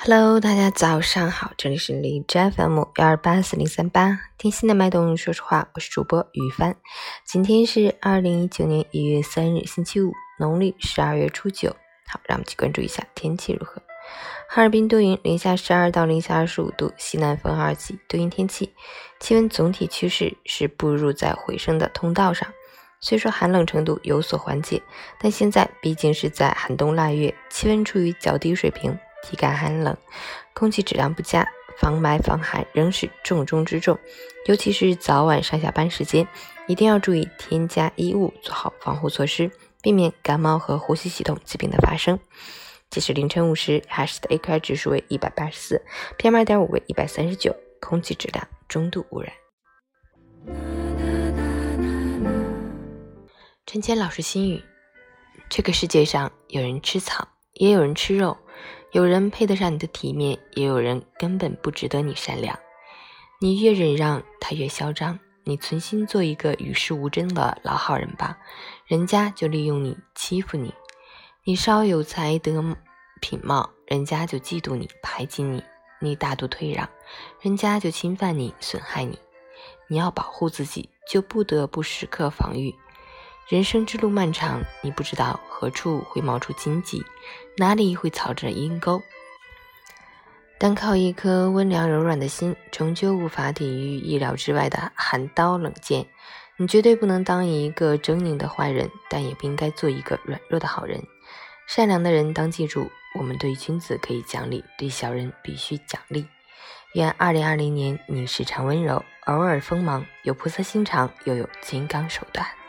Hello， 大家早上好，这里是荔枝 FM1284038，听心的脉动，说实话，我是主播于帆。今天是2019年1月3日，星期五，农历12月初9。好，让我们去关注一下天气如何。哈尔滨多云，零下12到零下25度，西南风2级，多云天气。气温总体趋势是步入在回升的通道上。虽说寒冷程度有所缓解，但现在毕竟是在寒冬腊月，气温处于较低水平，体感寒冷，空气质量不佳，防霾防寒仍是重中之重。尤其是早晚上下班时间，一定要注意添加衣物，做好防护措施，避免感冒和呼吸系统疾病的发生。截至凌晨5时，哈市的 AQI 指数为184， PM2.5 为139，空气质量中度污染。陈谦老师心语：这个世界上有人吃草，也有人吃肉，有人配得上你的体面，也有人根本不值得你善良。你越忍让，他越嚣张。你存心做一个与世无争的老好人吧，人家就利用你，欺负你。你稍有才德品貌，人家就嫉妒你，排挤你。你大度退让，人家就侵犯你，损害你。你要保护自己，就不得不时刻防御。人生之路漫长，你不知道何处会冒出荆棘，哪里会藏着阴沟。单靠一颗温良柔软的心，终究无法抵御意料之外的寒刀冷剑。你绝对不能当一个狰狞的坏人，但也不应该做一个软弱的好人。善良的人当记住，我们对君子可以讲理，对小人必须讲理。愿2020年你时常温柔，偶尔锋芒，有菩萨心肠，又有金刚手段。